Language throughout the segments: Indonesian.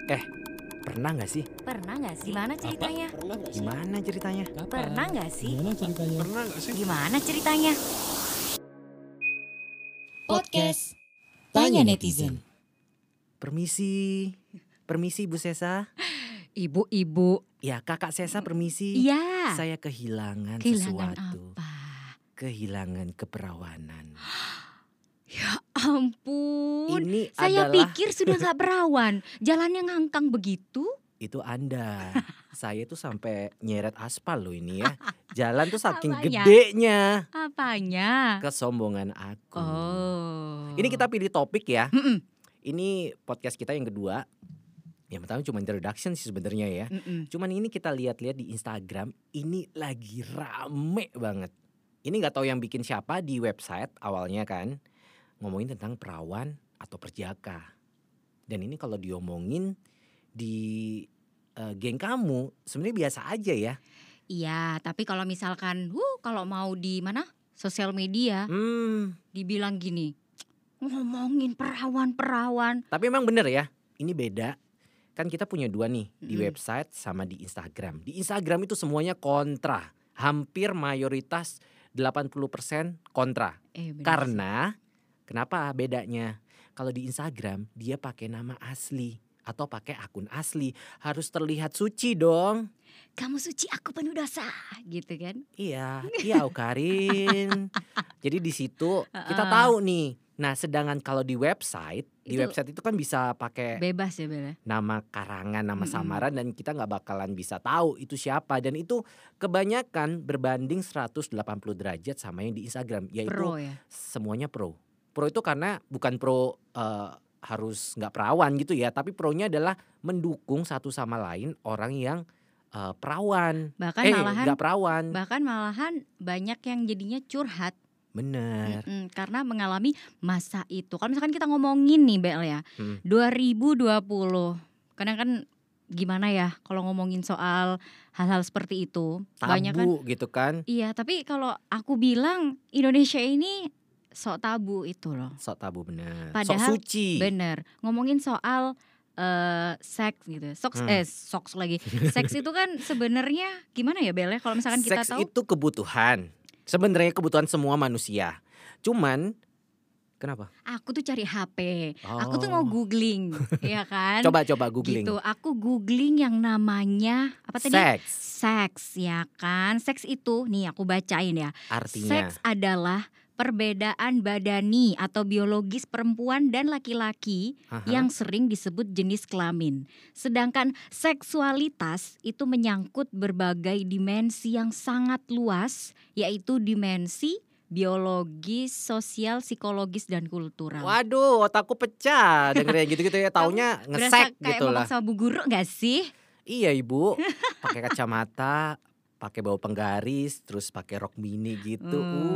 Eh, pernah nggak sih? Pernah nggak sih? Gimana ceritanya? Gimana ceritanya? Pernah nggak sih? Gimana ceritanya? Pernah gak sih? Gimana ceritanya? Podcast Tanya Netizen. Permisi. Permisi Bu Sesa. Ibu-ibu. Ya, Kakak Sesa permisi. Iya. Saya kehilangan Kehilangan sesuatu. apa? Kehilangan keperawanan. Ya ampun. Ini Saya adalah pikir sudah nggak perawan. Jalannya ngangkang begitu. itu Anda. Saya tuh sampai nyeret aspal loh ini ya. Jalan tuh saking Apanya? gedenya. Apanya? Kesombongan aku. Oh. Ini kita pilih topik ya. Mm-mm. Ini podcast kita yang kedua. Yang pertama cuma introduction sih sebenarnya ya. Mm-mm. Cuman ini kita lihat-lihat di Instagram, ini lagi rame banget. Ini nggak tahu yang bikin siapa di website awalnya kan, ngomongin tentang perawan atau perjaka. Dan ini kalau diomongin di geng kamu, sebenarnya biasa aja ya. Iya, tapi kalau misalkan, kalau mau di mana? Sosial media, dibilang gini, ngomongin perawan-perawan. Tapi emang bener ya, ini beda. Kan kita punya dua nih, di Mm-mm. website sama di Instagram. Di Instagram itu semuanya kontra. Hampir mayoritas 80% kontra. Bener Karena kenapa bedanya? Kalau di Instagram dia pakai nama asli atau pakai akun asli, harus terlihat suci dong. sih. Kamu suci, aku penuh dosa, gitu kan? Iya, iya Aukarin. Jadi di situ kita tahu nih. Nah, sedangkan kalau di website itu kan bisa pakai Bebas ya Bella. nama karangan, nama Mm-mm. samaran, dan kita nggak bakalan bisa tahu itu siapa. Dan itu kebanyakan berbanding 180 derajat sama yang di Instagram, yaitu Pro ya. semuanya pro. Pro itu karena bukan pro harus nggak perawan gitu ya, tapi pronya adalah mendukung satu sama lain orang yang perawan. Bahkan Nggak perawan. Bahkan malahan banyak yang jadinya curhat. Bener. Karena mengalami masa itu. Kalau misalkan kita ngomongin nih Bel ya, 2020. Kadang kan gimana ya kalau ngomongin soal hal-hal seperti itu. Banyak kan. Tabu gitu kan. Iya, tapi kalau aku bilang Indonesia ini sok tabu itu loh. Sok tabu bener. Padahal Sok suci. Bener. Ngomongin soal seks gitu. Seks lagi. Seks itu kan sebenarnya gimana ya Bel ya, kalau misalkan kita Seks tahu. itu kebutuhan. Sebenarnya kebutuhan semua manusia. Cuman kenapa? Aku tuh cari HP, aku tuh Oh. mau googling, ya kan? Coba googling. Gitu, aku googling yang namanya apa tadi? Seks Seks, ya kan? Seks itu, nih aku bacain ya. artinya. Seks adalah perbedaan badani atau biologis perempuan dan laki-laki Aha. yang sering disebut jenis kelamin. Sedangkan seksualitas itu menyangkut berbagai dimensi yang sangat luas, yaitu dimensi biologis, sosial, psikologis, dan kultural. Waduh, otakku pecah dengerin gitu-gitu ya. Taunya Berasa ngesek kayak gitu ngomong lah. sama bu guru gak sih? Iya ibu, pakai kacamata, pakai bau penggaris, terus pakai rok mini gitu.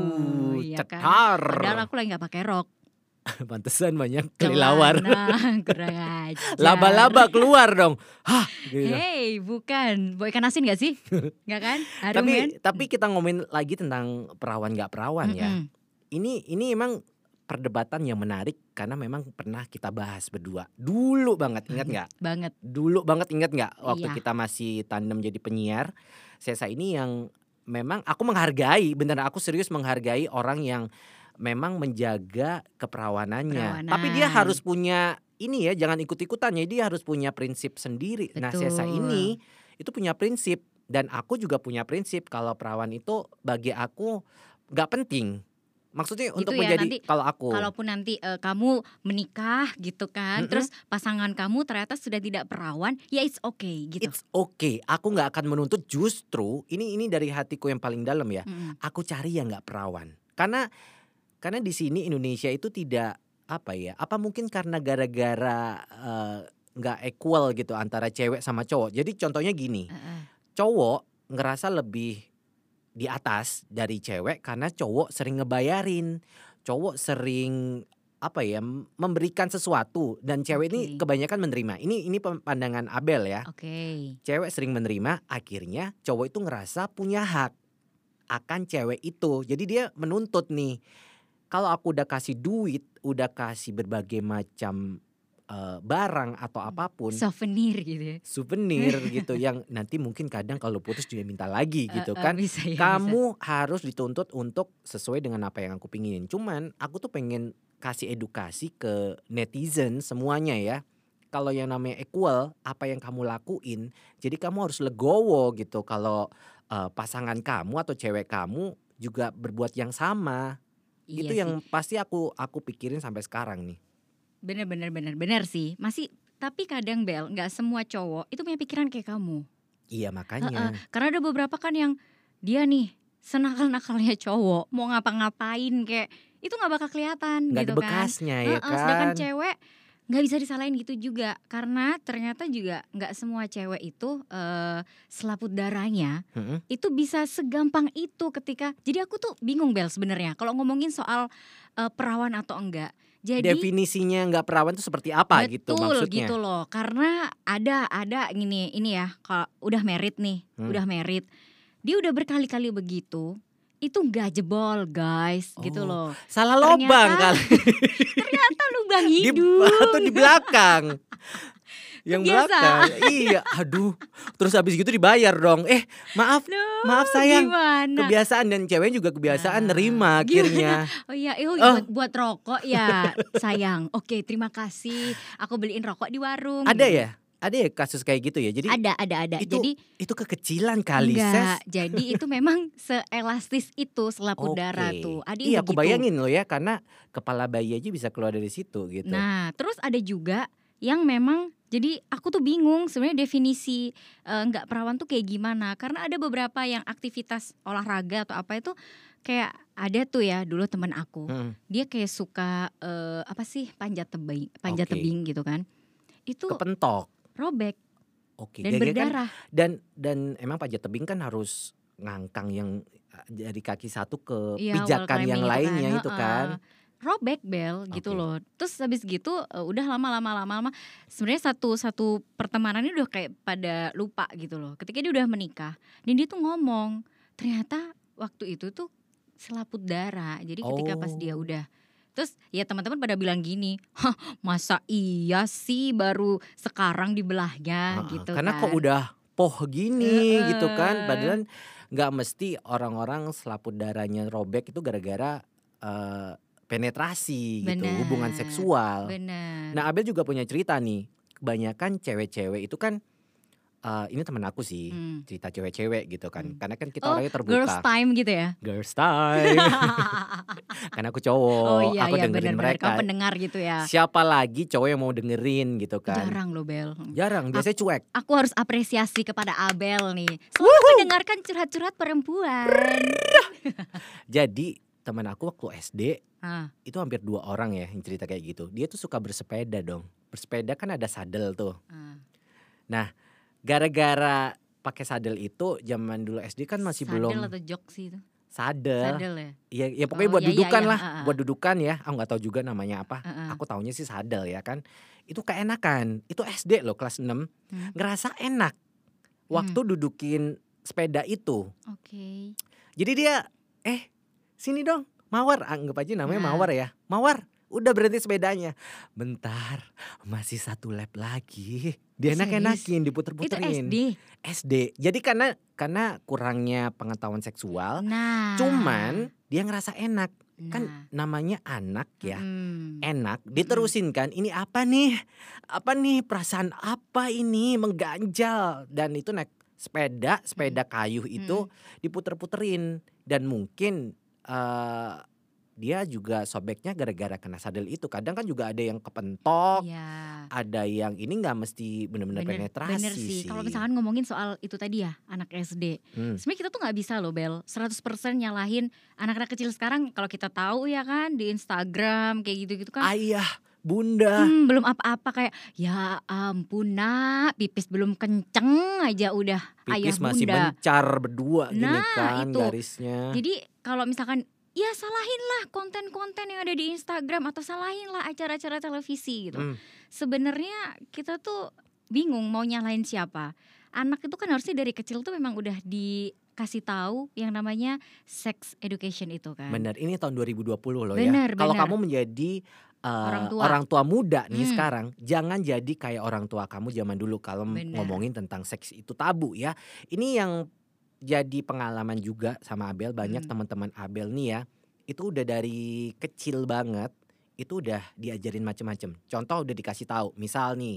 Iya kan? Cetar. Padahal aku lagi gak pakai rok. Pantesan banyak kelilawar. Celana, kurang ajar. Laba-laba keluar dong. Hah, gitu. Hey, bukan. Bawa ikan asin gak sih? Gak kan? Harum kan? Tapi kita ngomongin lagi tentang perawan gak perawan ya. Mm-mm. Ini emang perdebatan yang menarik karena memang pernah kita bahas berdua. Dulu banget, ingat nggak? Banget. Dulu banget, ingat nggak? Waktu Iya. kita masih tandem jadi penyiar. Sesa ini yang memang aku menghargai, beneran aku serius menghargai orang yang memang menjaga keperawanannya. Perawanan. Tapi dia harus punya ini ya, jangan ikut-ikutan ya. Dia harus punya prinsip sendiri. Nah, Sesa Betul. ini itu punya prinsip, dan aku juga punya prinsip kalau perawan itu bagi aku nggak penting. Maksudnya untuk Gitu ya, menjadi nanti kalau aku. Kalaupun nanti kamu menikah gitu kan, Mm-mm. terus pasangan kamu ternyata sudah tidak perawan, ya it's okay gitu. It's okay. Aku nggak akan menuntut, justru ini dari hatiku yang paling dalam ya. Mm-mm. Aku cari yang nggak perawan. Karena di sini Indonesia itu tidak apa ya? Apa mungkin karena gara-gara nggak equal gitu antara cewek sama cowok. Jadi contohnya gini, cowok ngerasa lebih di atas dari cewek karena cowok sering ngebayarin, cowok sering apa ya, memberikan sesuatu, dan cewek ini Oke. kebanyakan menerima. Ini pandangan Abel ya. Oke. Cewek sering menerima, akhirnya cowok itu ngerasa punya hak akan cewek itu. Jadi dia menuntut nih, kalau aku udah kasih duit, udah kasih berbagai macam barang atau apapun Souvenir gitu ya. souvenir gitu yang nanti mungkin kadang kalau putus juga minta lagi gitu kan. Bisa ya, bisa. Kamu harus dituntut untuk sesuai dengan apa yang aku pinginin. Cuman aku tuh pengen kasih edukasi ke netizen semuanya ya. Kalau yang namanya equal, apa yang kamu lakuin, jadi kamu harus legowo gitu. Kalau pasangan kamu atau cewek kamu juga berbuat yang sama. Iya Itu sih. yang pasti aku pikirin sampai sekarang nih. Bener sih. Masih tapi kadang Bel, nggak semua cowok itu punya pikiran kayak kamu. Iya makanya. Karena ada beberapa kan yang dia nih senakal-nakalnya cowok mau ngapa-ngapain kayak itu nggak bakal kelihatan Nggak gitu ada kan. bekasnya ya Sedangkan kan. cewek nggak bisa disalahin gitu juga karena ternyata juga nggak semua cewek itu selaput darahnya Mm-mm. itu bisa segampang itu ketika. Jadi aku tuh bingung Bel sebenarnya kalau ngomongin soal perawan atau enggak. Jadi Definisinya nggak perawan tuh seperti apa gitu betul maksudnya? gitu loh. Karena ada ini ya kalau udah married nih, udah married. Dia udah berkali-kali begitu. Itu nggak jebol guys gitu Oh, loh. salah lobang Ternyata- kali. Ternyata lubang Di, hidung. atau di belakang. Yang Kebiasaan. belakang. Iya, aduh. Terus habis gitu dibayar dong. Maaf, Duh, maaf sayang. Gimana? Kebiasaan dan cewek juga kebiasaan Nah, nerima akhirnya. Oh iya, buat rokok ya sayang. Oke, terima kasih. Aku beliin rokok di warung. Ada gitu. ya? Ada ya kasus kayak gitu ya? Jadi Ada. itu Jadi itu kekecilan kali, enggak. Ses. Jadi itu memang seelastis itu selaput darah Oke. tuh. Ada Iya, yang aku begitu. bayangin loh ya karena kepala bayi aja bisa keluar dari situ gitu. Nah, terus ada juga yang memang jadi aku tuh bingung sebenarnya definisi nggak perawan tuh kayak gimana. Karena ada beberapa yang aktivitas olahraga atau apa itu kayak ada tuh ya dulu teman aku. Mm. Dia kayak suka apa sih panjat Oke. tebing gitu kan. Itu Kepentok. robek Oke. dan Kan berdarah. dan emang panjat tebing kan harus ngangkang yang dari kaki satu ke Iya, wall pijakan yang climbing lainnya itu heeh. kan. Robek Bel gitu Oke. loh. Terus habis gitu udah lama sebenarnya satu pertemanannya udah kayak pada lupa gitu loh. Ketika dia udah menikah dan dia tuh ngomong ternyata waktu itu tuh selaput darah. Jadi ketika pas dia Oh. udah terus ya teman-teman pada bilang gini, "Hah, masa iya sih baru sekarang dibelahnya?" Heeh, gitu karena kan. kok udah poh gini gitu kan. Heeh. Padahal nggak mesti orang-orang selaput darahnya robek itu gara-gara penetrasi gitu, hubungan Bener, seksual. bener. Nah, Abel juga punya cerita nih. Kebanyakan cewek-cewek itu kan ini temen aku sih, cerita cewek-cewek gitu kan. Karena kan kita Oh, orangnya girls terbuka. time gitu ya. Girls time. Karena aku cowok, Oh iya, aku iya dengerin benar-benar kamu mereka. pendengar gitu ya. Siapa lagi cowok yang mau dengerin gitu kan? Jarang loh Bel. Jarang, biasanya cuek. Aku harus apresiasi kepada Abel nih. Selalu mendengarkan curhat-curhat perempuan. Jadi teman aku waktu SD Ah, itu hampir 2 orang ya yang cerita kayak gitu. Dia tuh suka bersepeda dong. Bersepeda kan ada sadel tuh. ah. Nah, gara-gara pakai sadel itu zaman dulu SD kan masih Sadel belum atau jok sih itu? sadel. Sadel ya. Iya, ya pokoknya Oh, buat iya, dudukan iya, lah, ah, ah. buat dudukan ya. Aku nggak tahu juga namanya apa. Ah, ah. Aku taunya sih sadel ya kan. Itu keenakan. Itu SD loh kelas 6. Ngerasa enak waktu dudukin sepeda itu. Oke. Jadi dia sini dong, Mawar, anggap aja namanya Nah. Mawar ya. Mawar, udah berhenti sepedanya. Bentar, masih 1 lap lagi. Dia enak-enakin, Itu diputer-puterin. SD. Jadi karena kurangnya pengetahuan seksual, Nah. cuman dia ngerasa enak. Nah. Kan namanya anak ya. Hmm. Enak, diterusin kan. Ini apa nih? Apa nih perasaan apa ini? Mengganjal. Dan itu naik sepeda kayu itu diputer-puterin. Dan mungkin dia juga sobeknya gara-gara kena sadel itu. Kadang kan juga ada yang kepentok, Iya. ada yang ini nggak mesti benar-benar penetrasi Bener sih. Kalau misalkan ngomongin soal itu tadi ya, anak SD. Sebenarnya kita tuh nggak bisa loh Bel 100% nyalahin anak-anak kecil sekarang. Kalau kita tahu ya kan di Instagram kayak gitu-gitu kan. Ayah, bunda. Belum apa-apa kayak ya ampun nak, pipis belum kenceng aja udah ayah Pipis masih bunda. mencar berdua gini Nah, kan itu. garisnya. Jadi kalau misalkan ya salahin lah konten-konten yang ada di Instagram atau salahin lah acara-acara televisi gitu. Sebenarnya kita tuh bingung mau nyalahin siapa. Anak itu kan harusnya dari kecil tuh memang udah dikasih tahu yang namanya sex education itu kan. Benar, ini tahun 2020 loh Benar, ya. Kalau benar. kamu menjadi Orang tua. orang tua muda nih Hmm. sekarang, jangan jadi kayak orang tua kamu zaman dulu kalau Bener. ngomongin tentang seks itu tabu ya. Ini yang jadi pengalaman juga sama Abel, banyak teman-teman Abel nih ya, itu udah dari kecil banget itu udah diajarin macem-macem. Contoh udah dikasih tahu, misal nih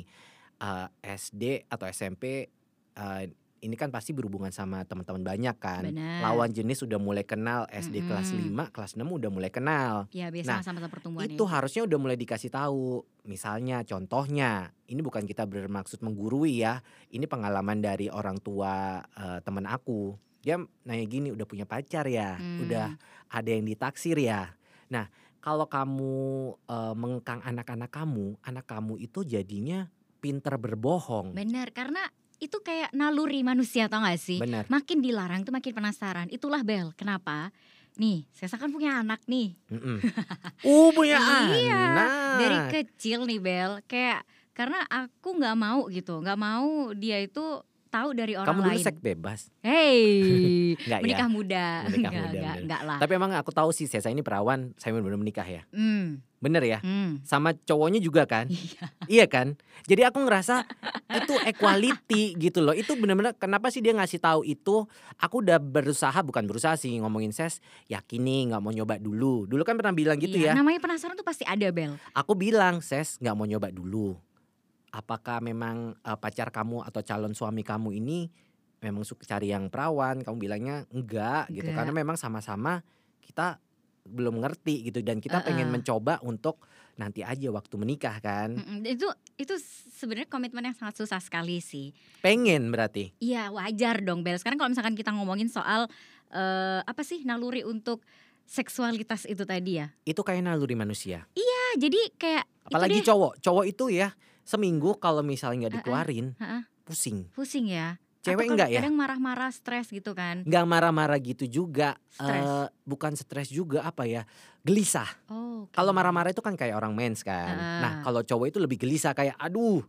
SD atau SMP, ini kan pasti berhubungan sama teman-teman banyak kan. Bener. Lawan jenis udah mulai kenal SD kelas 5, kelas 6 udah mulai kenal. Ya biasa Nah, masa-masa pertumbuhan itu harusnya udah mulai dikasih tahu. Misalnya contohnya, ini bukan kita bermaksud menggurui ya. Ini pengalaman dari orang tua teman aku. Dia nanya gini, udah punya pacar ya, udah ada yang ditaksir ya. Nah, kalau kamu mengekang anak kamu itu jadinya pinter berbohong. Bener, karena itu kayak naluri manusia, tau gak sih? Bener. Makin dilarang tuh makin penasaran. Itulah Bel, kenapa? Nih, Sesa kan punya anak nih. Punya Iya, anak. dari kecil nih Bel, kayak karena aku nggak mau gitu, nggak mau dia itu tahu dari orang Kamu dulu lain. seks bebas. Hey, Enggak ya? menikah muda, Menikah muda, bener. enggak lah. Tapi emang aku tahu sih Sesa ini perawan, saya benar-benar menikah ya. Bener ya? Hmm. Sama cowoknya juga kan? Iya kan? Jadi aku ngerasa itu equality gitu loh. Itu benar-benar kenapa sih dia ngasih tahu itu? Aku udah bukan berusaha sih ngomongin Ses, yakin nih nggak mau nyoba dulu. Dulu kan pernah bilang gitu Iya, ya. namanya penasaran tuh pasti ada Bel. Aku bilang, Ses nggak mau nyoba dulu. Apakah memang pacar kamu atau calon suami kamu ini memang suka cari yang perawan? Kamu bilangnya enggak gitu. Enggak. Karena memang sama-sama kita belum ngerti gitu. Dan kita pengen mencoba untuk nanti aja waktu menikah kan. Itu sebenarnya komitmen yang sangat susah sekali sih. Pengen berarti. Iya, wajar dong Bel. Sekarang kalau misalkan kita ngomongin soal apa sih naluri untuk seksualitas itu tadi ya. Itu kayak naluri manusia. Nah, jadi kayak Apalagi itu deh, cowok itu ya seminggu kalau misalnya nggak dikeluarin pusing. pusing ya. Cewek Atau enggak ya? kadang marah-marah, stres gitu kan. Nggak marah-marah gitu juga. Stres. Bukan stres juga, apa ya, gelisah. Oh, oke. Kalau marah-marah itu kan kayak orang mens kan. Nah kalau cowok itu lebih gelisah kayak aduh.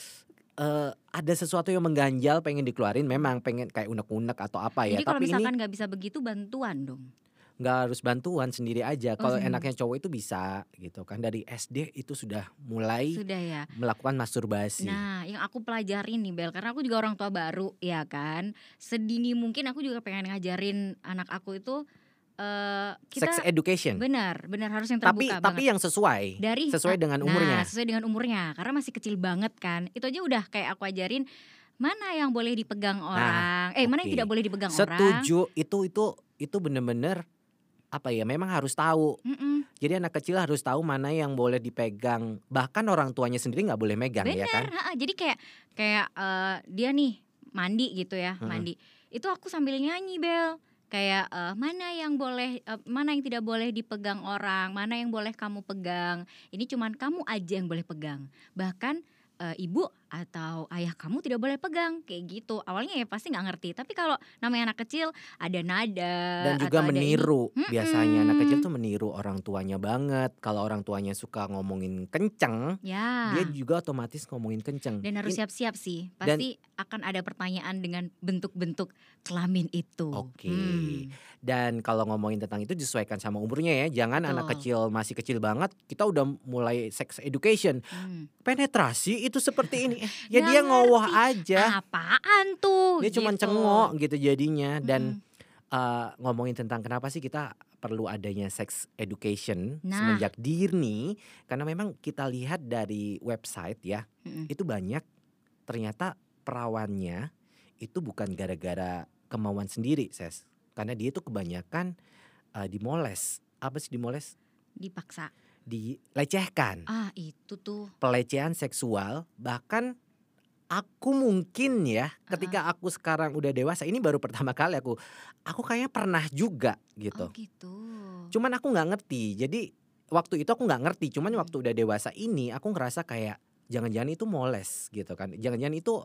Ada sesuatu yang mengganjal pengen dikeluarin, memang pengen kayak unek-unek atau apa ya. Jadi kalau Tapi ini misalkan nggak bisa begitu bantuan dong. nggak harus bantuan, sendiri aja. Kalau sendiri. enaknya cowok itu bisa gitu kan. Dari SD itu sudah mulai Sudah ya. melakukan masturbasi. Nah, yang aku pelajarin nih Bel, karena aku juga orang tua baru ya kan. Sedini mungkin aku juga pengen ngajarin anak aku itu kita Sex education. benar harus yang Tapi terbuka tapi banget. yang sesuai dengan umurnya. Sesuai dengan umurnya, karena masih kecil banget kan. Itu aja udah kayak aku ajarin mana yang boleh dipegang orang, mana yang oke. tidak boleh dipegang orang. Setuju, itu bener-bener apa ya, memang harus tahu. Jadi anak kecil harus tahu mana yang boleh dipegang. Bahkan orang tuanya sendiri nggak boleh megang ya kan. Jadi kayak dia nih mandi gitu ya, mandi. Itu aku sambil nyanyi Bel. Kayak mana yang boleh, mana yang tidak boleh dipegang orang, mana yang boleh kamu pegang. Ini cuman kamu aja yang boleh pegang. Bahkan ibu atau ayah kamu tidak boleh pegang, kayak gitu. Awalnya ya pasti nggak ngerti. Tapi kalau namanya anak kecil ada nada Dan juga atau ada meniru. ini. Biasanya anak kecil tuh meniru orang tuanya banget. Kalau orang tuanya suka ngomongin kenceng, Ya. dia juga otomatis ngomongin kenceng. Dan harus siap-siap sih. Pasti akan ada pertanyaan dengan bentuk-bentuk kelamin itu. Oke. Dan kalau ngomongin tentang itu disesuaikan sama umurnya ya. Jangan anak kecil masih kecil banget kita udah mulai sex education. Penetrasi itu seperti ini. Ya Nggak dia ngowoh ngerti. aja. Apaan tuh? Dia cuma gitu. cengok gitu jadinya. Dan ngomongin tentang kenapa sih kita perlu adanya sex education semenjak dini. Karena memang kita lihat dari website ya. Itu banyak ternyata perawannya itu bukan gara-gara kemauan sendiri, Ses. Karena dia itu kebanyakan dimoles. Apa sih dimoles? Dipaksa. Dilecehkan. Itu tuh. Pelecehan seksual. Bahkan aku mungkin ya ketika aku sekarang udah dewasa, ini baru pertama kali aku kayaknya pernah juga gitu. Oh gitu. Cuman aku gak ngerti. Jadi waktu itu aku gak ngerti. Cuman waktu udah dewasa ini aku ngerasa kayak jangan-jangan itu moles gitu kan. Jangan-jangan itu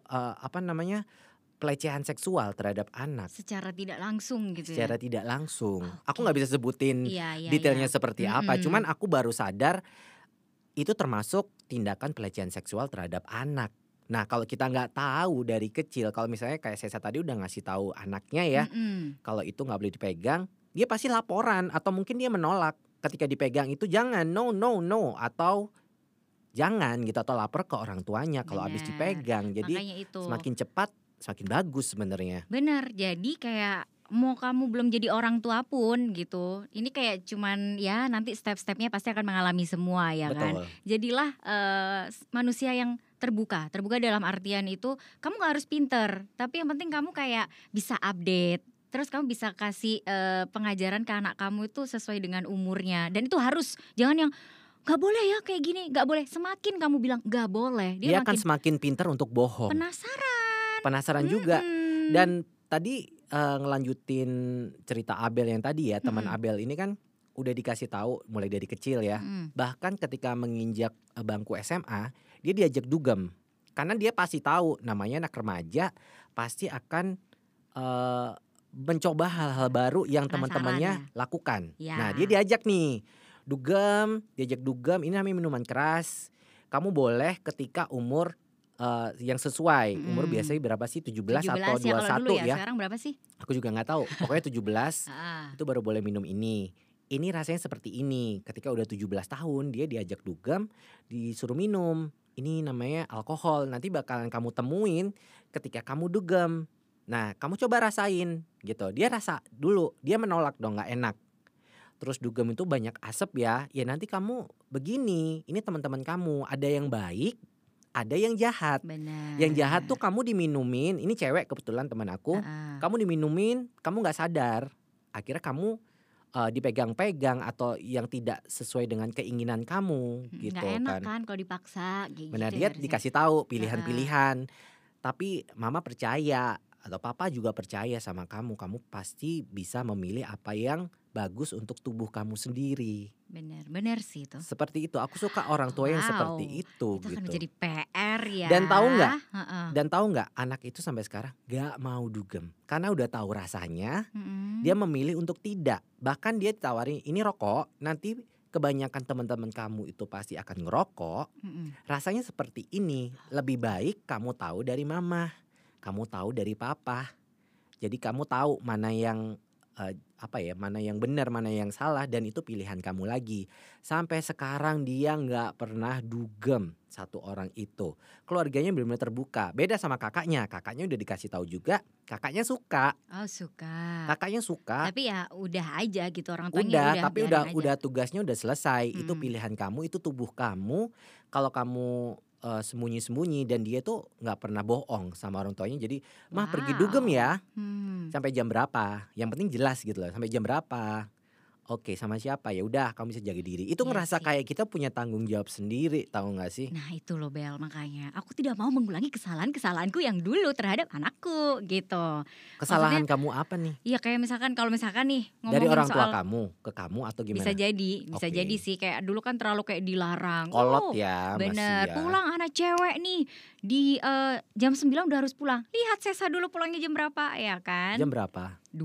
pelecehan seksual terhadap anak. Secara tidak langsung gitu Secara ya. tidak langsung. Aku gak bisa sebutin Iya, detailnya iya. seperti apa. Cuman aku baru sadar itu termasuk tindakan pelecehan seksual terhadap anak. Nah kalau kita gak tahu dari kecil, kalau misalnya kayak Sesa tadi udah ngasih tahu anaknya ya, kalau itu gak boleh dipegang, dia pasti laporan atau mungkin dia menolak. ketika dipegang itu jangan no no no atau jangan gitu atau lapor ke orang tuanya kalau habis Benar. dipegang. Jadi Makanya itu. semakin cepat semakin bagus sebenarnya. Bener, jadi kayak mau kamu belum jadi orang tua pun gitu, ini kayak cuman ya nanti step-stepnya pasti akan mengalami semua ya kan. Betul. Jadilah manusia yang terbuka dalam artian itu kamu gak harus pinter, tapi yang penting kamu kayak bisa update. Terus kamu bisa kasih pengajaran ke anak kamu itu sesuai dengan umurnya. Dan itu harus, jangan yang gak boleh ya kayak gini, gak boleh. Semakin kamu bilang gak boleh, Dia dia akan makin semakin pintar untuk bohong. penasaran Juga. Mm-mm. Dan tadi ngelanjutin cerita Abel yang tadi ya, teman Mm-mm. Abel ini kan udah dikasih tahu mulai dari kecil ya. Mm-mm. Bahkan ketika menginjak bangku SMA, dia diajak dugem. Karena dia pasti tahu namanya anak remaja pasti akan mencoba hal-hal baru yang Penasaran teman-temannya ya? lakukan. Ya. Nah, dia diajak nih diajak dugem, ini namanya minuman keras. Kamu boleh ketika umur yang sesuai. Umur biasanya berapa sih? 17 atau 17 ya kalau dulu 21 ya. ya? Sekarang berapa sih? Aku juga nggak tahu. Pokoknya 17 Ah, itu baru boleh minum ini. Ini rasanya seperti ini. Ketika udah 17 tahun dia diajak dugem, disuruh minum. Ini namanya alkohol. Nanti bakalan kamu temuin ketika kamu dugem. Nah, kamu coba rasain gitu. Dia rasa dulu, dia menolak dong, nggak enak. Terus dugem itu banyak asap ya. Ya nanti kamu begini. Ini teman-teman kamu, ada yang baik, ada yang jahat. benar. Yang jahat tuh kamu diminumin. Ini cewek kebetulan teman aku. Kamu diminumin, kamu nggak sadar. Akhirnya kamu dipegang-pegang atau yang tidak sesuai dengan keinginan kamu gitu Nggak enak kan. kan kalau dipaksa kayak Benar, gitu dia harusnya. dikasih tahu pilihan-pilihan. Tapi mama percaya atau papa juga percaya sama kamu. Kamu pasti bisa memilih apa yang bagus untuk tubuh kamu sendiri. Benar sih itu. Seperti itu. Aku suka orang tua yang Wow, seperti itu Itu akan gitu. menjadi PR ya. Dan tahu nggak? Heeh. Dan tahu nggak, anak itu sampai sekarang gak mau dugem karena udah tahu rasanya. Mm-mm. Dia memilih untuk tidak. Bahkan dia ditawarin ini rokok, nanti kebanyakan teman-teman kamu itu pasti akan ngerokok. Mm-mm. Rasanya seperti ini. Lebih baik kamu tahu dari mama, kamu tahu dari papa. Jadi kamu tahu mana yang mana yang benar, mana yang salah, dan itu pilihan kamu lagi. Sampai sekarang dia nggak pernah dugem satu orang itu. Keluarganya benar-benar terbuka. Beda sama kakaknya. Kakaknya udah dikasih tahu juga, kakaknya suka. Oh suka. Kakaknya suka. Tapi ya udah aja gitu orang tuanya Tapi biarin aja. udah tugasnya udah selesai. Itu Mm-mm. pilihan kamu, itu tubuh kamu. Kalau kamu sembunyi-sembunyi dan dia tuh nggak pernah bohong sama orang tuanya. Jadi mah pergi dugem ya. Sampai jam berapa? Yang penting jelas gitu loh. Sampai jam berapa? Oke, sama siapa? Ya udah, kamu bisa jaga diri. Itu Iya ngerasa sih. kayak kita punya tanggung jawab sendiri, tahu nggak sih? Nah itu loh Bel, makanya aku tidak mau mengulangi kesalahanku yang dulu terhadap anakku gitu. Kesalahan kamu apa nih? Iya kayak kalau misalkan nih Dari ngomongin orang tua soal kamu ke kamu atau gimana? bisa Oke. jadi sih kayak dulu kan terlalu kayak dilarang. Kolot ya, Bener, masih ya. pulang anak cewek nih di jam 9 udah harus pulang. Lihat Sesa dulu pulangnya jam berapa ya kan? Jam berapa? 2,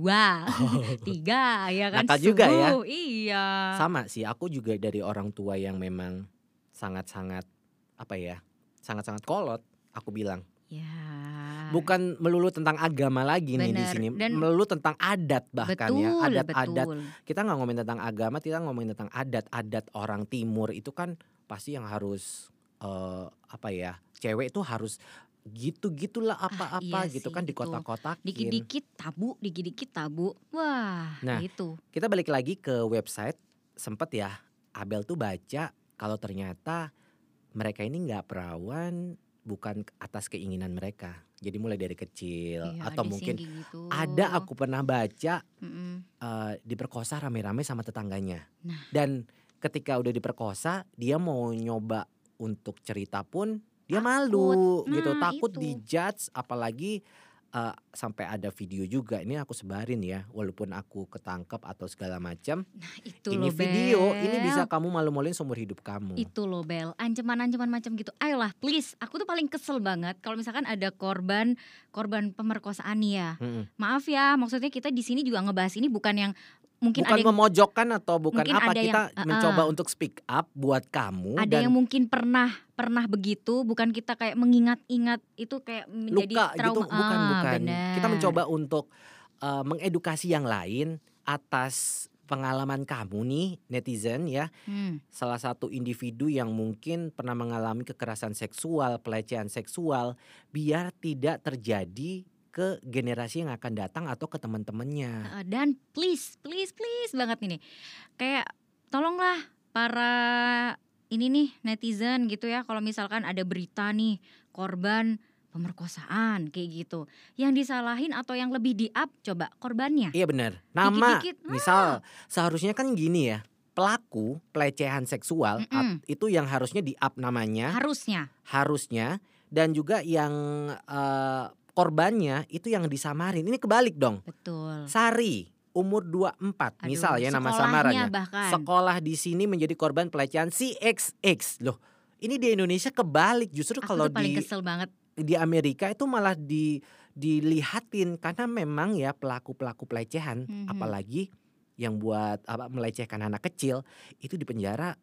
3 ya kan? Nakal juga ya. Subuh, iya. Sama sih, aku juga dari orang tua yang memang sangat-sangat sangat-sangat kolot, aku bilang. Ya. Bukan melulu tentang agama lagi nih di Bener, sini, dan melulu tentang adat bahkan betul, ya, adat-adat. betul. Kita nggak ngomongin tentang agama, kita ngomongin tentang adat-adat orang timur itu kan pasti yang harus cewek itu harus gitu-gitulah apa-apa iya gitu sih, kan, di itu. kotak-kotakin. Dikit-dikit tabu. Wah, Nah, gitu. Kita balik lagi ke website, sempet ya Abel tuh baca kalau ternyata mereka ini nggak perawan bukan atas keinginan mereka. Jadi mulai dari kecil Iya, atau ada sih mungkin yang kayak gitu. ada, aku pernah baca Mm-mm. diperkosa rame-rame sama tetangganya. Nah. Dan ketika udah diperkosa, dia mau nyoba untuk cerita pun dia malu gitu, Nah, takut itu. dijudge, apalagi sampai ada video juga. Ini aku sebarin ya, walaupun aku ketangkep atau segala macam. Nah, itu Ini loh video, Bel. ini bisa kamu malu-maluin seumur hidup kamu. Itu loh Bel, ancaman-ancaman macam gitu. Ayolah please, aku tuh paling kesel banget kalau misalkan ada korban pemerkosaan nih ya. Mm-mm. Maaf ya, maksudnya kita di sini juga ngebahas ini bukan yang mungkin Bukan ada yang memojokkan atau bukan mungkin apa, ada kita yang, mencoba untuk speak up buat kamu ada dan yang mungkin pernah begitu, bukan kita kayak mengingat-ingat itu kayak menjadi luka gitu, trauma. bukan. Bener. Kita mencoba untuk mengedukasi yang lain atas pengalaman kamu nih netizen ya, salah satu individu yang mungkin pernah mengalami kekerasan seksual, pelecehan seksual, biar tidak terjadi ke generasi yang akan datang atau ke teman-temannya. Dan please banget ini, kayak tolonglah para ini nih netizen gitu ya, kalau misalkan ada berita nih korban pemerkosaan kayak gitu, yang disalahin atau yang lebih di-up coba korbannya. Iya benar. Nama Dikit-dikit, misal seharusnya kan gini ya, pelaku pelecehan seksual itu yang harusnya di-up namanya, harusnya dan juga yang korbannya itu yang disamarin. Ini kebalik dong. Betul. Sari umur 24 misal ya nama samarannya. Bahkan. Sekolah di sini menjadi korban pelecehan si XX. Loh, ini di Indonesia kebalik. Justru Aku kalau tuh paling kesel banget. di Amerika itu malah dilihatin karena memang ya pelaku-pelaku pelecehan apalagi yang buat melecehkan anak kecil itu dipenjara,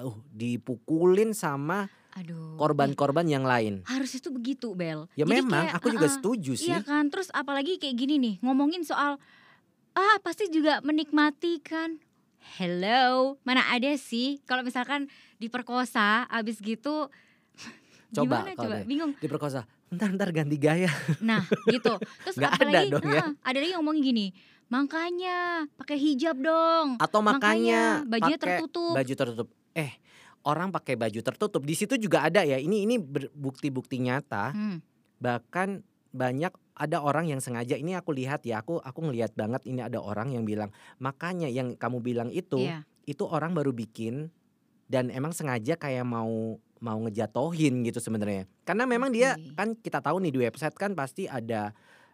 dipukulin sama korban-korban yang lain. Harusnya tuh begitu, Bel. Ya jadi memang kayak, aku juga setuju sih. Iya kan, terus apalagi kayak gini nih, ngomongin soal pasti juga menikmati kan. Hello, mana ada sih kalau misalkan diperkosa abis gitu. Coba Gimana coba? Bingung. Diperkosa, ntar ganti gaya. Nah gitu. Terus Nggak apalagi ada dong ya. ada lagi ngomongin gini, makanya pakai hijab dong. Atau makanya bajunya pakai tertutup. Baju tertutup. Orang pakai baju tertutup. Di situ juga ada ya. Ini bukti-bukti nyata. Bahkan banyak ada orang yang sengaja, ini aku lihat ya, aku ngelihat banget ini ada orang yang bilang, makanya yang kamu bilang itu orang baru bikin dan emang sengaja kayak mau ngejatohin gitu sebenarnya. Karena memang dia kan kita tahu nih di website kan pasti ada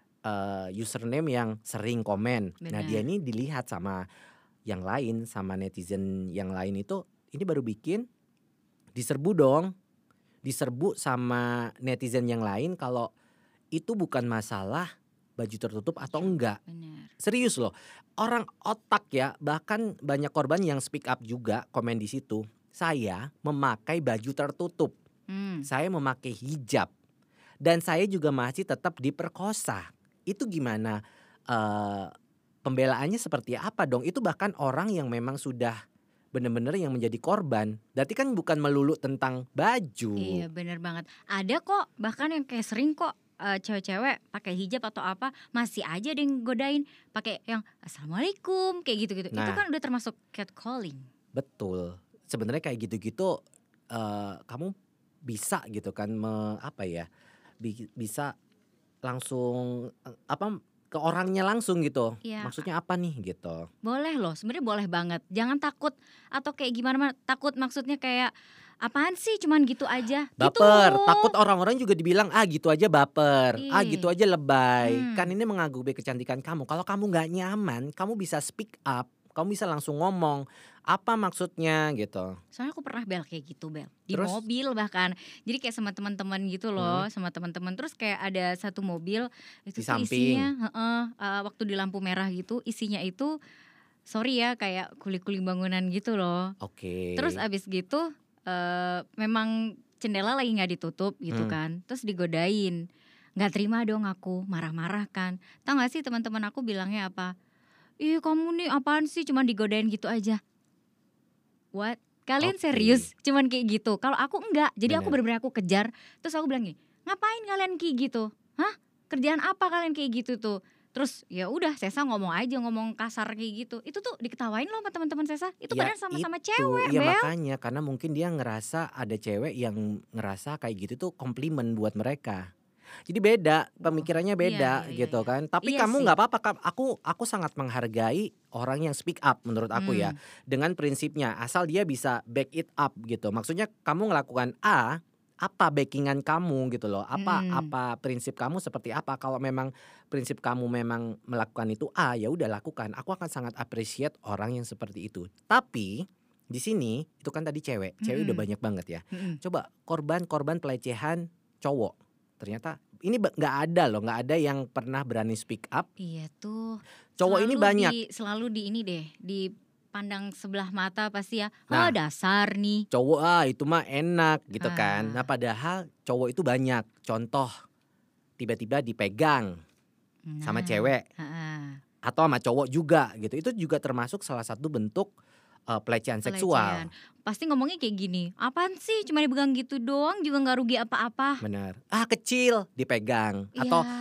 username yang sering komen. Benar. Nah dia ini dilihat sama yang lain, sama netizen yang lain itu, ini baru bikin, diserbu dong. Diserbu sama netizen yang lain kalau itu bukan masalah baju tertutup atau enggak. Benar. Serius loh. Orang otak ya, bahkan banyak korban yang speak up juga komen di situ. Saya memakai baju tertutup. Saya memakai hijab. Dan saya juga masih tetap diperkosa. Itu gimana? Pembelaannya seperti apa dong? Itu bahkan orang yang memang sudah benar-benar yang menjadi korban. Berarti kan bukan melulu tentang baju. Iya benar banget. Ada kok bahkan yang kayak sering kok cewek-cewek pakai hijab atau apa masih aja ada yang godain pakai yang assalamualaikum kayak gitu-gitu. Itu kan udah termasuk catcalling. Betul. Sebenarnya kayak gitu-gitu kamu bisa gitu kan bisa langsung ke orangnya langsung gitu. Ya. Maksudnya apa nih gitu. Boleh loh, sebenarnya boleh banget. Jangan takut atau kayak gimana takut maksudnya kayak apaan sih cuman gitu aja. Baper, gitu. takut orang-orang juga dibilang gitu aja baper, gitu aja lebay. Kan ini mengagumi kecantikan kamu. Kalau kamu gak nyaman, kamu bisa speak up. Kamu bisa langsung ngomong apa maksudnya gitu. Soalnya aku pernah Bel kayak gitu Bel. Di Terus? mobil bahkan. Jadi kayak sama teman-teman gitu loh, sama teman-teman. Terus kayak ada satu mobil itu Di tuh samping. isinya waktu di lampu merah gitu, isinya itu sorry ya kayak kuli-kuli bangunan gitu loh. Oke. Terus abis gitu memang jendela lagi nggak ditutup gitu kan, terus digodain, nggak terima dong aku, marah-marah kan. Tahu nggak sih teman-teman aku bilangnya apa? Ih kamu nih apaan sih cuman digodain gitu aja. What? Kalian serius cuman kayak gitu? Kalau aku enggak, jadi aku bener-bener aku kejar. Terus aku bilang gini, ngapain kalian kayak gitu? Hah? Kerjaan apa kalian kayak gitu tuh? Terus ya udah Sesa ngomong aja, ngomong kasar kayak gitu. Itu tuh diketawain loh sama teman-teman Sesa. Itu padahal sama-sama cewek, Iya Bel. makanya karena mungkin dia ngerasa ada cewek yang ngerasa kayak gitu tuh komplimen buat mereka. Jadi beda, pemikirannya beda gitu kan. Tapi Iya kamu sih. nggak apa-apa. Aku sangat menghargai orang yang speak up menurut aku ya. Dengan prinsipnya asal dia bisa back it up gitu. Maksudnya kamu ngelakukan A, apa backingan kamu gitu loh. Apa prinsip kamu seperti apa. Kalau memang prinsip kamu memang melakukan itu A, ya udah lakukan. Aku akan sangat appreciate orang yang seperti itu. Tapi di sini itu kan tadi cewek udah banyak banget ya. Coba korban pelecehan cowok. Ternyata ini nggak ada yang pernah berani speak up. Iya tuh. Cowok ini banyak. Selalu di ini deh, dipandang sebelah mata pasti ya. Nah, Dasar nih. Cowok itu mah enak gitu kan. Nah padahal cowok itu banyak. Contoh tiba-tiba dipegang sama cewek. atau sama cowok juga gitu. Itu juga termasuk salah satu bentuk pelecehan seksual. Pelecehan. Pasti ngomongnya kayak gini, apaan sih cuma dipegang gitu doang juga nggak rugi apa-apa. Benar. Kecil dipegang Iya. atau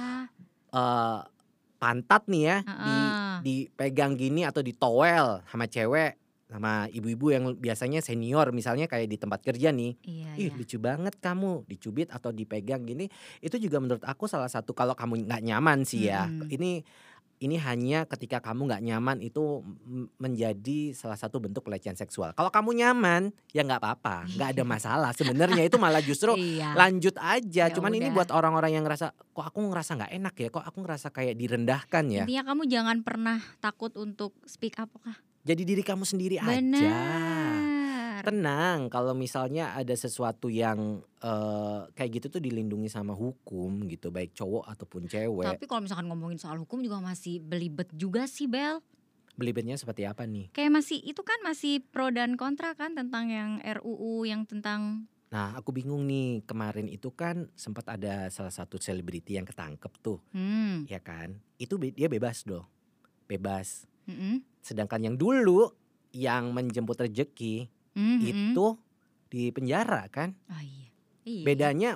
pantat nih ya Heeh. dipegang gini atau ditowel sama cewek, sama ibu-ibu yang biasanya senior misalnya kayak di tempat kerja nih. Iya, Ih iya. lucu banget kamu dicubit atau dipegang gini. Itu juga menurut aku salah satu kalau kamu nggak nyaman sih ya. Mm-mm. Ini hanya ketika kamu nggak nyaman itu menjadi salah satu bentuk pelecehan seksual. Kalau kamu nyaman ya nggak apa-apa, nggak ada masalah. Sebenarnya itu malah justru Iya. lanjut aja. Ya Cuman ini udah. buat orang-orang yang ngerasa kok aku ngerasa nggak enak ya, kok aku ngerasa kayak direndahkan ya. Intinya kamu jangan pernah takut untuk speak up kah? Jadi diri kamu sendiri aja. Benar. Tenang, kalau misalnya ada sesuatu yang kayak gitu tuh dilindungi sama hukum gitu, baik cowok ataupun cewek. Tapi kalau misalkan ngomongin soal hukum juga masih belibet juga sih Bel. Belibetnya seperti apa nih? Kayak masih itu kan masih pro dan kontra kan tentang yang RUU yang tentang Nah, aku bingung nih. Kemarin itu kan sempat ada salah satu selebriti yang ketangkep tuh, ya kan? Itu dia bebas dong, bebas. Sedangkan yang dulu yang menjemput rezeki itu di penjara kan? Oh iya. Iya.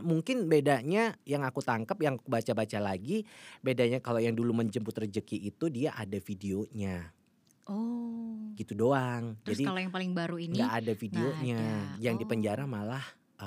Bedanya yang aku tangkap, yang aku baca-baca lagi, bedanya kalau yang dulu menjemput rezeki itu dia ada videonya. Oh. Gitu doang. Terus Jadi kalau yang paling baru ini nggak ada videonya. ada. Yang di Oh. penjara malah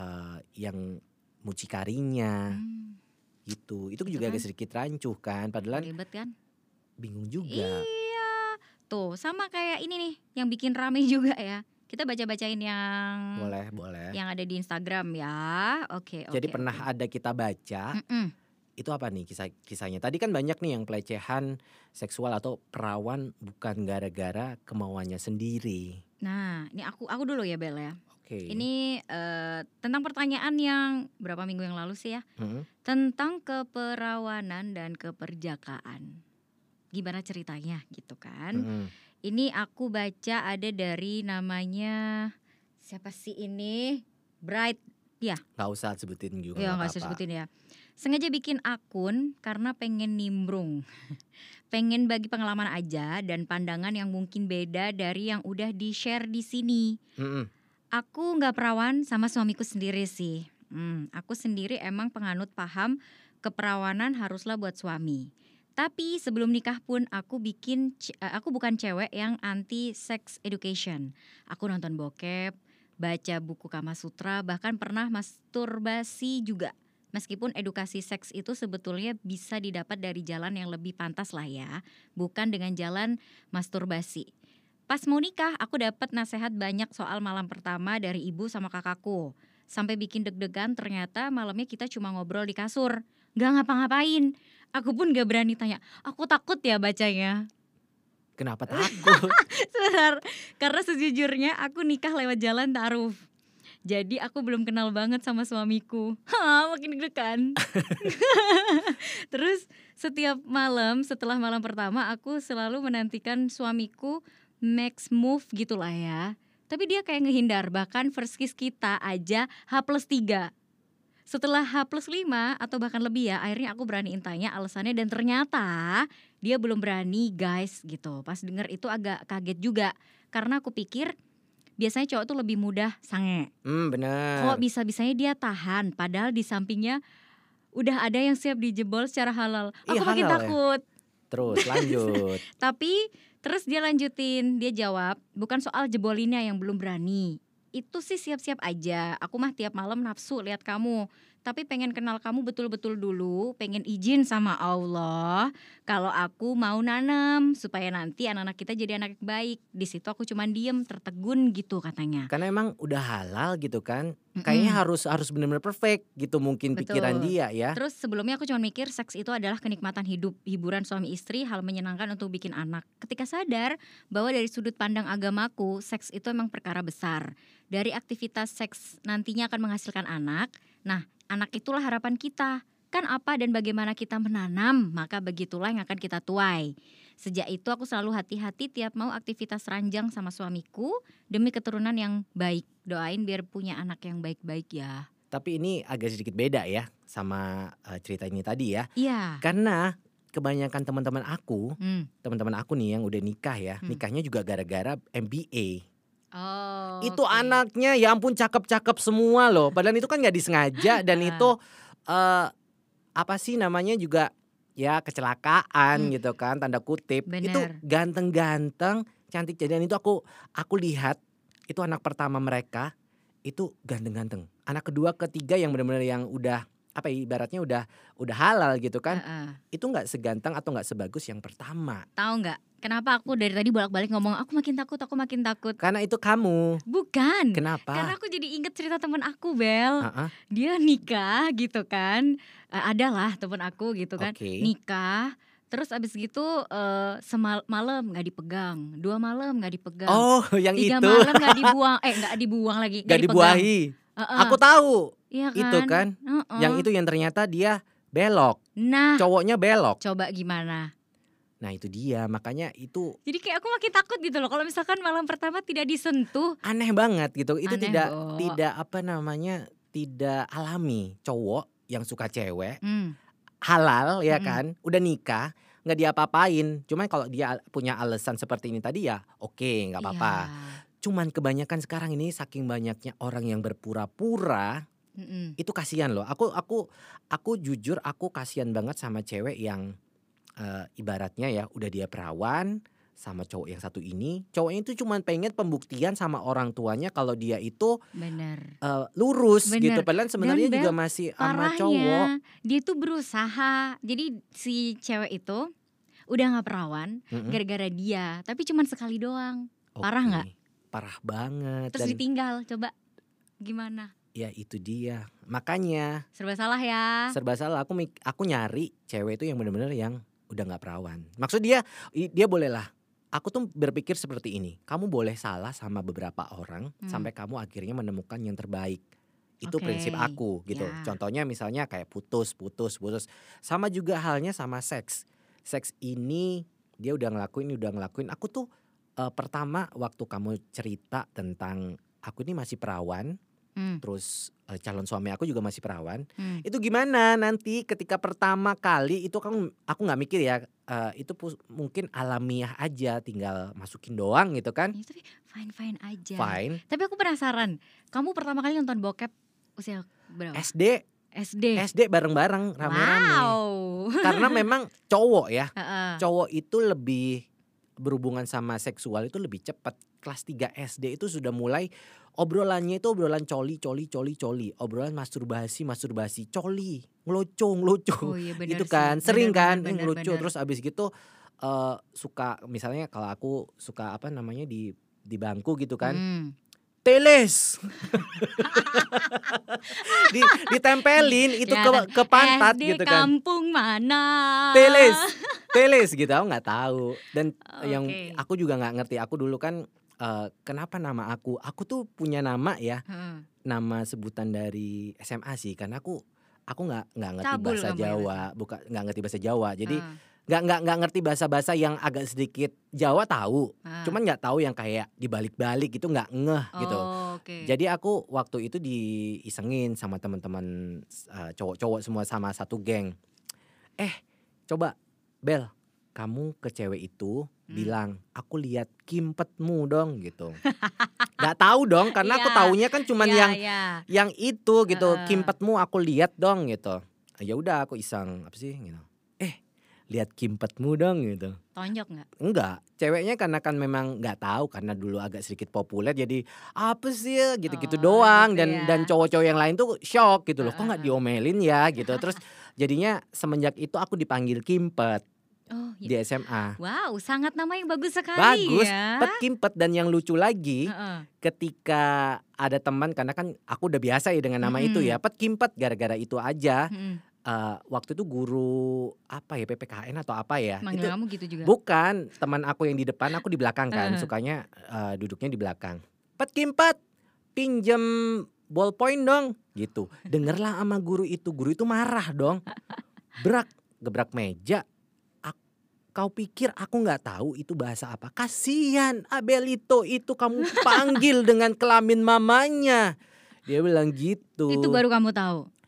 yang mucikarinya gitu. Itu Itu juga kan agak sedikit rancuh kan. Padahal ribet kan? bingung juga. Iya. Tuh sama kayak ini nih yang bikin rame juga ya. Kita baca-bacain yang Boleh. yang ada di Instagram ya. Oke. Jadi pernah ada kita baca. Itu apa nih kisahnya? Tadi kan banyak nih yang pelecehan seksual atau perawan bukan gara-gara kemauannya sendiri. Nah, ini aku dulu ya Bel ya. Oke. Ini tentang pertanyaan yang berapa minggu yang lalu sih ya. Tentang keperawanan dan keperjakaan. Gimana ceritanya gitu kan. Ini aku baca ada dari namanya siapa sih ini? Bright. Ya. Gak usah sebutin juga. Ya gak usah sebutin ya. Sengaja bikin akun karena pengen nimbrung. Pengen bagi pengalaman aja dan pandangan yang mungkin beda dari yang udah di-share di sini. Aku gak perawan sama suamiku sendiri sih. Aku sendiri emang penganut paham keperawanan haruslah buat suami. Tapi sebelum nikah pun aku bukan cewek yang anti sex education. Aku nonton bokep, baca buku Kama Sutra, bahkan pernah masturbasi juga. Meskipun edukasi seks itu sebetulnya bisa didapat dari jalan yang lebih pantas lah ya, bukan dengan jalan masturbasi. Pas mau nikah aku dapat nasihat banyak soal malam pertama dari ibu sama kakakku. Sampai bikin deg-degan ternyata malamnya kita cuma ngobrol di kasur. Gak ngapa-ngapain. Aku pun gak berani tanya, aku takut ya bacanya. Kenapa takut? Sebentar, karena sejujurnya aku nikah lewat jalan ta'aruf. Jadi aku belum kenal banget sama suamiku. Makin deg-degan. Terus setiap malam setelah malam pertama aku selalu menantikan suamiku next move gitulah ya. Tapi dia kayak ngehindar, bahkan first kiss kita aja H+3. Setelah H+5 atau bahkan lebih ya, akhirnya aku beraniin tanya alasannya dan ternyata dia belum berani guys gitu. Pas denger itu agak kaget juga karena aku pikir biasanya cowok tuh lebih mudah sange. Bener. Kok bisa-bisanya dia tahan padahal di sampingnya udah ada yang siap dijebol secara halal. Aku makin halal takut. Ya? Terus lanjut. Tapi terus dia lanjutin, dia jawab bukan soal jebolinnya yang belum berani. Itu sih siap-siap aja. Aku mah tiap malam nafsu lihat kamu. Tapi pengen kenal kamu betul-betul dulu. Pengen izin sama Allah kalau aku mau nanam supaya nanti anak-anak kita jadi anak yang baik. Di situ aku cuman diem tertegun gitu katanya. Karena emang udah halal gitu kan. Kayaknya harus benar-benar perfect gitu mungkin Betul. pikiran dia ya. Terus sebelumnya aku cuma mikir seks itu adalah kenikmatan hidup, hiburan suami istri, hal menyenangkan untuk bikin anak. Ketika sadar bahwa dari sudut pandang agamaku, seks itu emang perkara besar. Dari aktivitas seks nantinya akan menghasilkan anak. Nah, anak itulah harapan kita. Kan apa dan bagaimana kita menanam, maka begitulah yang akan kita tuai. Sejak itu aku selalu hati-hati tiap mau aktivitas ranjang sama suamiku demi keturunan yang baik. Doain biar punya anak yang baik-baik ya. Tapi ini agak sedikit beda ya sama cerita ini tadi ya. Iya. Karena kebanyakan teman-teman aku nih yang udah nikah ya, Hmm. nikahnya juga gara-gara MBA. Oh, Itu oke. anaknya ya ampun cakep-cakep semua loh. Padahal itu kan nggak disengaja dan itu apa sih namanya juga ya kecelakaan gitu kan tanda kutip. Itu Bener. ganteng-ganteng, cantik dan itu aku lihat itu anak pertama mereka itu ganteng-ganteng. Anak kedua, ketiga yang benar-benar yang udah apa ya, ibaratnya udah halal gitu kan. Heeh. Itu nggak seganteng atau nggak sebagus yang pertama. Tahu nggak? Kenapa aku dari tadi bolak-balik ngomong aku makin takut. Karena itu kamu. Bukan. Kenapa? Karena aku jadi inget cerita teman aku, Bel. Heeh. Dia nikah gitu kan. Adalah teman aku gitu kan. Oke. Nikah. Terus abis gitu malam nggak dipegang, 2 malam nggak dipegang, Oh, yang 3 itu. malam nggak dibuang, nggak dibuang lagi, Gak dipegang. dibuahi. Heeh. Aku tahu. Iya Itu kan. Heeh. Yang itu yang ternyata dia belok. Nah, Cowoknya belok. coba gimana? Nah itu dia. Makanya itu Jadi kayak aku makin takut gitu loh kalau misalkan malam pertama tidak disentuh. aneh banget gitu. Itu Aneh, Bo. tidak apa namanya, tidak alami. Cowok yang suka cewek halal ya kan, udah nikah nggak diapa-apain. Cuman kalau dia punya alasan seperti ini tadi ya oke, nggak apa-apa. Iya. Cuman kebanyakan sekarang ini saking banyaknya orang yang berpura-pura, itu kasihan loh. Aku jujur aku kasihan banget sama cewek yang ibaratnya ya udah dia perawan sama cowok yang satu ini. Cowoknya itu cuman pengen pembuktian sama orang tuanya kalau dia itu Bener. lurus Bener. gitu. Padahal sebenarnya Dan, juga Bel, masih sama cowok. Parahnya dia tuh berusaha. Jadi si cewek itu udah gak perawan gara-gara dia. Tapi cuman sekali doang. Parah Oke, nggak? Parah banget. Terus Dan ditinggal. Coba gimana? ya itu dia. Makanya Serba salah ya. serba salah. Aku nyari cewek itu yang benar-benar yang udah nggak perawan. Maksud dia bolehlah. Aku tuh berpikir seperti ini. Kamu boleh salah sama beberapa orang sampai kamu akhirnya menemukan yang terbaik. Itu Oke, prinsip aku gitu. ya. Contohnya misalnya kayak putus. Sama juga halnya sama seks. Seks ini dia udah ngelakuin. Aku tuh pertama waktu kamu cerita tentang aku ini masih perawan. Terus calon suami aku juga masih perawan. Itu gimana nanti ketika pertama kali itu kan aku nggak mikir ya, itu mungkin alamiah aja tinggal masukin doang gitu kan. Ya, tapi fine aja. Fine. Tapi aku penasaran. Kamu pertama kali nonton bokep usia berapa? SD bareng-bareng rame-rame. Wow. Karena memang cowok ya. Heeh. Cowok itu lebih berhubungan sama seksual itu lebih cepat. Kelas 3 SD itu sudah mulai obrolannya itu obrolan coli. Obrolan masturbasi, coli, ngelucu. Oh iya bener Gitu sih. kan, sering kan Bener. ngelucu. Terus abis gitu suka misalnya kalau aku suka apa namanya di bangku gitu kan. Teles. Ditempelin itu ke pantat SD gitu kan. kampung mana? Teles gitu, aku nggak tahu. Dan yang Oke. aku juga nggak ngerti. Aku dulu kan kenapa nama aku tuh punya nama ya, nama sebutan dari SMA sih. Karena aku nggak ngerti Cabul bahasa kamu ya Jawa, berarti? nggak ngerti bahasa Jawa. Jadi nggak ngerti bahasa yang agak sedikit Jawa tahu. Cuman nggak tahu yang kayak dibalik-balik gitu, nggak ngeh gitu. Oke. Jadi aku waktu itu diisengin sama teman-teman cowok-cowok semua sama satu geng. Coba Bel, kamu ke cewek itu bilang, aku lihat kimpetmu dong gitu. Gak tahu dong karena aku Iya. taunya kan cuman Iya. yang itu gitu, kimpetmu aku lihat dong gitu. Ya udah aku iseng, apa sih gitu. Lihat kimpetmu dong gitu. Tonjok nggak? Enggak, ceweknya karena kan memang nggak tahu karena dulu agak sedikit populer jadi apa sih ya gitu-gitu doang gitu ya. dan cowok-cowok yang lain tuh shock gitu loh, kok nggak diomelin ya gitu. Terus jadinya semenjak itu aku dipanggil kimpet Oh di iya. SMA. Wow, sangat nama yang bagus sekali Bagus, ya. pet kimpet. Dan yang lucu lagi Heeh. ketika ada teman, karena kan aku udah biasa ya dengan nama itu ya, pet kimpet gara-gara itu aja. Waktu itu guru apa ya, PPKN atau apa ya, Manggil itu kamu gitu juga? bukan teman aku yang di depan, aku di belakang kan, sukanya duduknya di belakang. Pet kimpet, pinjem ballpoint dong gitu. Dengerlah sama guru itu marah dong, gebrak meja. Kau pikir aku nggak tahu itu bahasa apa? Kasihan Abelito itu kamu panggil dengan kelamin mamanya. Dia bilang gitu. Itu baru kamu tahu?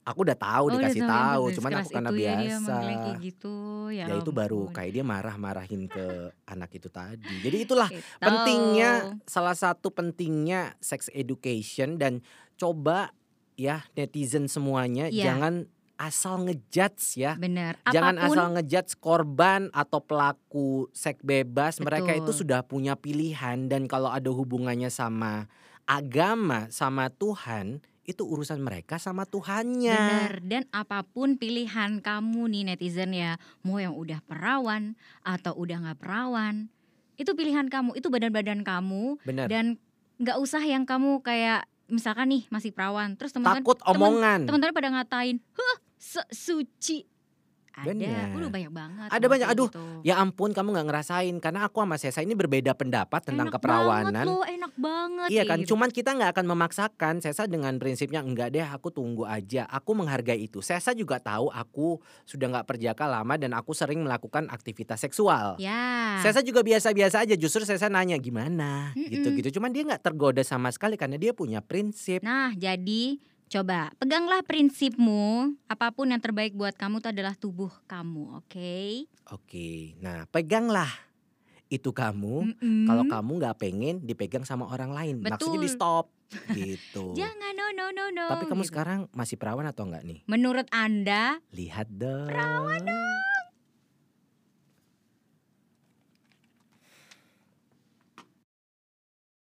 Aku udah tahu, Oh, udah dikasih tahu ya, tahu, sampai cuman aku sekeras karena itu ya dia biasa. manggilnya kayak gitu. Ya Ya itu baru ampun. kayak dia marah-marahin ke anak itu tadi. Jadi itulah Itu. pentingnya, salah satu pentingnya sex education, dan coba ya netizen semuanya Iya, jangan asal ngejudge ya. bener. Jangan asal Apapun ngejudge korban atau pelaku seks bebas. Mereka itu betul. sudah punya pilihan, dan kalau ada hubungannya sama agama, sama Tuhan, itu urusan mereka sama Tuhannya. Bener, dan apapun pilihan kamu nih netizen ya, mau yang udah perawan atau udah nggak perawan, itu pilihan kamu, itu badan-badan kamu, Bener. dan nggak usah yang kamu kayak misalkan nih masih perawan, terus teman-teman Takut omongan. teman-teman pada ngatain, "Huh, suci." Ada, Bener. banyak banget Ada orang banyak, kayak aduh, gitu. ya ampun kamu nggak ngerasain. Karena aku sama Sesa ini berbeda pendapat tentang Enak banget keperawanan. loh, enak banget Iya kayak kan, gitu. cuman kita nggak akan memaksakan. Sesa dengan prinsipnya enggak deh, aku tunggu aja. Aku menghargai itu. Sesa juga tahu aku sudah nggak perjaka lama dan aku sering melakukan aktivitas seksual. Ya, Sesa juga biasa-biasa aja. Justru Sesa nanya gimana mm-mm. gitu-gitu. Cuman dia nggak tergoda sama sekali karena dia punya prinsip. Nah, jadi coba peganglah prinsipmu. Apapun yang terbaik buat kamu itu adalah tubuh kamu, oke? Oke, nah peganglah itu kamu. Mm-mm. Kalau kamu nggak pengen dipegang sama orang lain, maksudnya di Betul. stop gitu. Jangan, no, Tapi kamu gitu. sekarang masih perawan atau enggak nih? Menurut Anda, Lihat dong. perawan dong.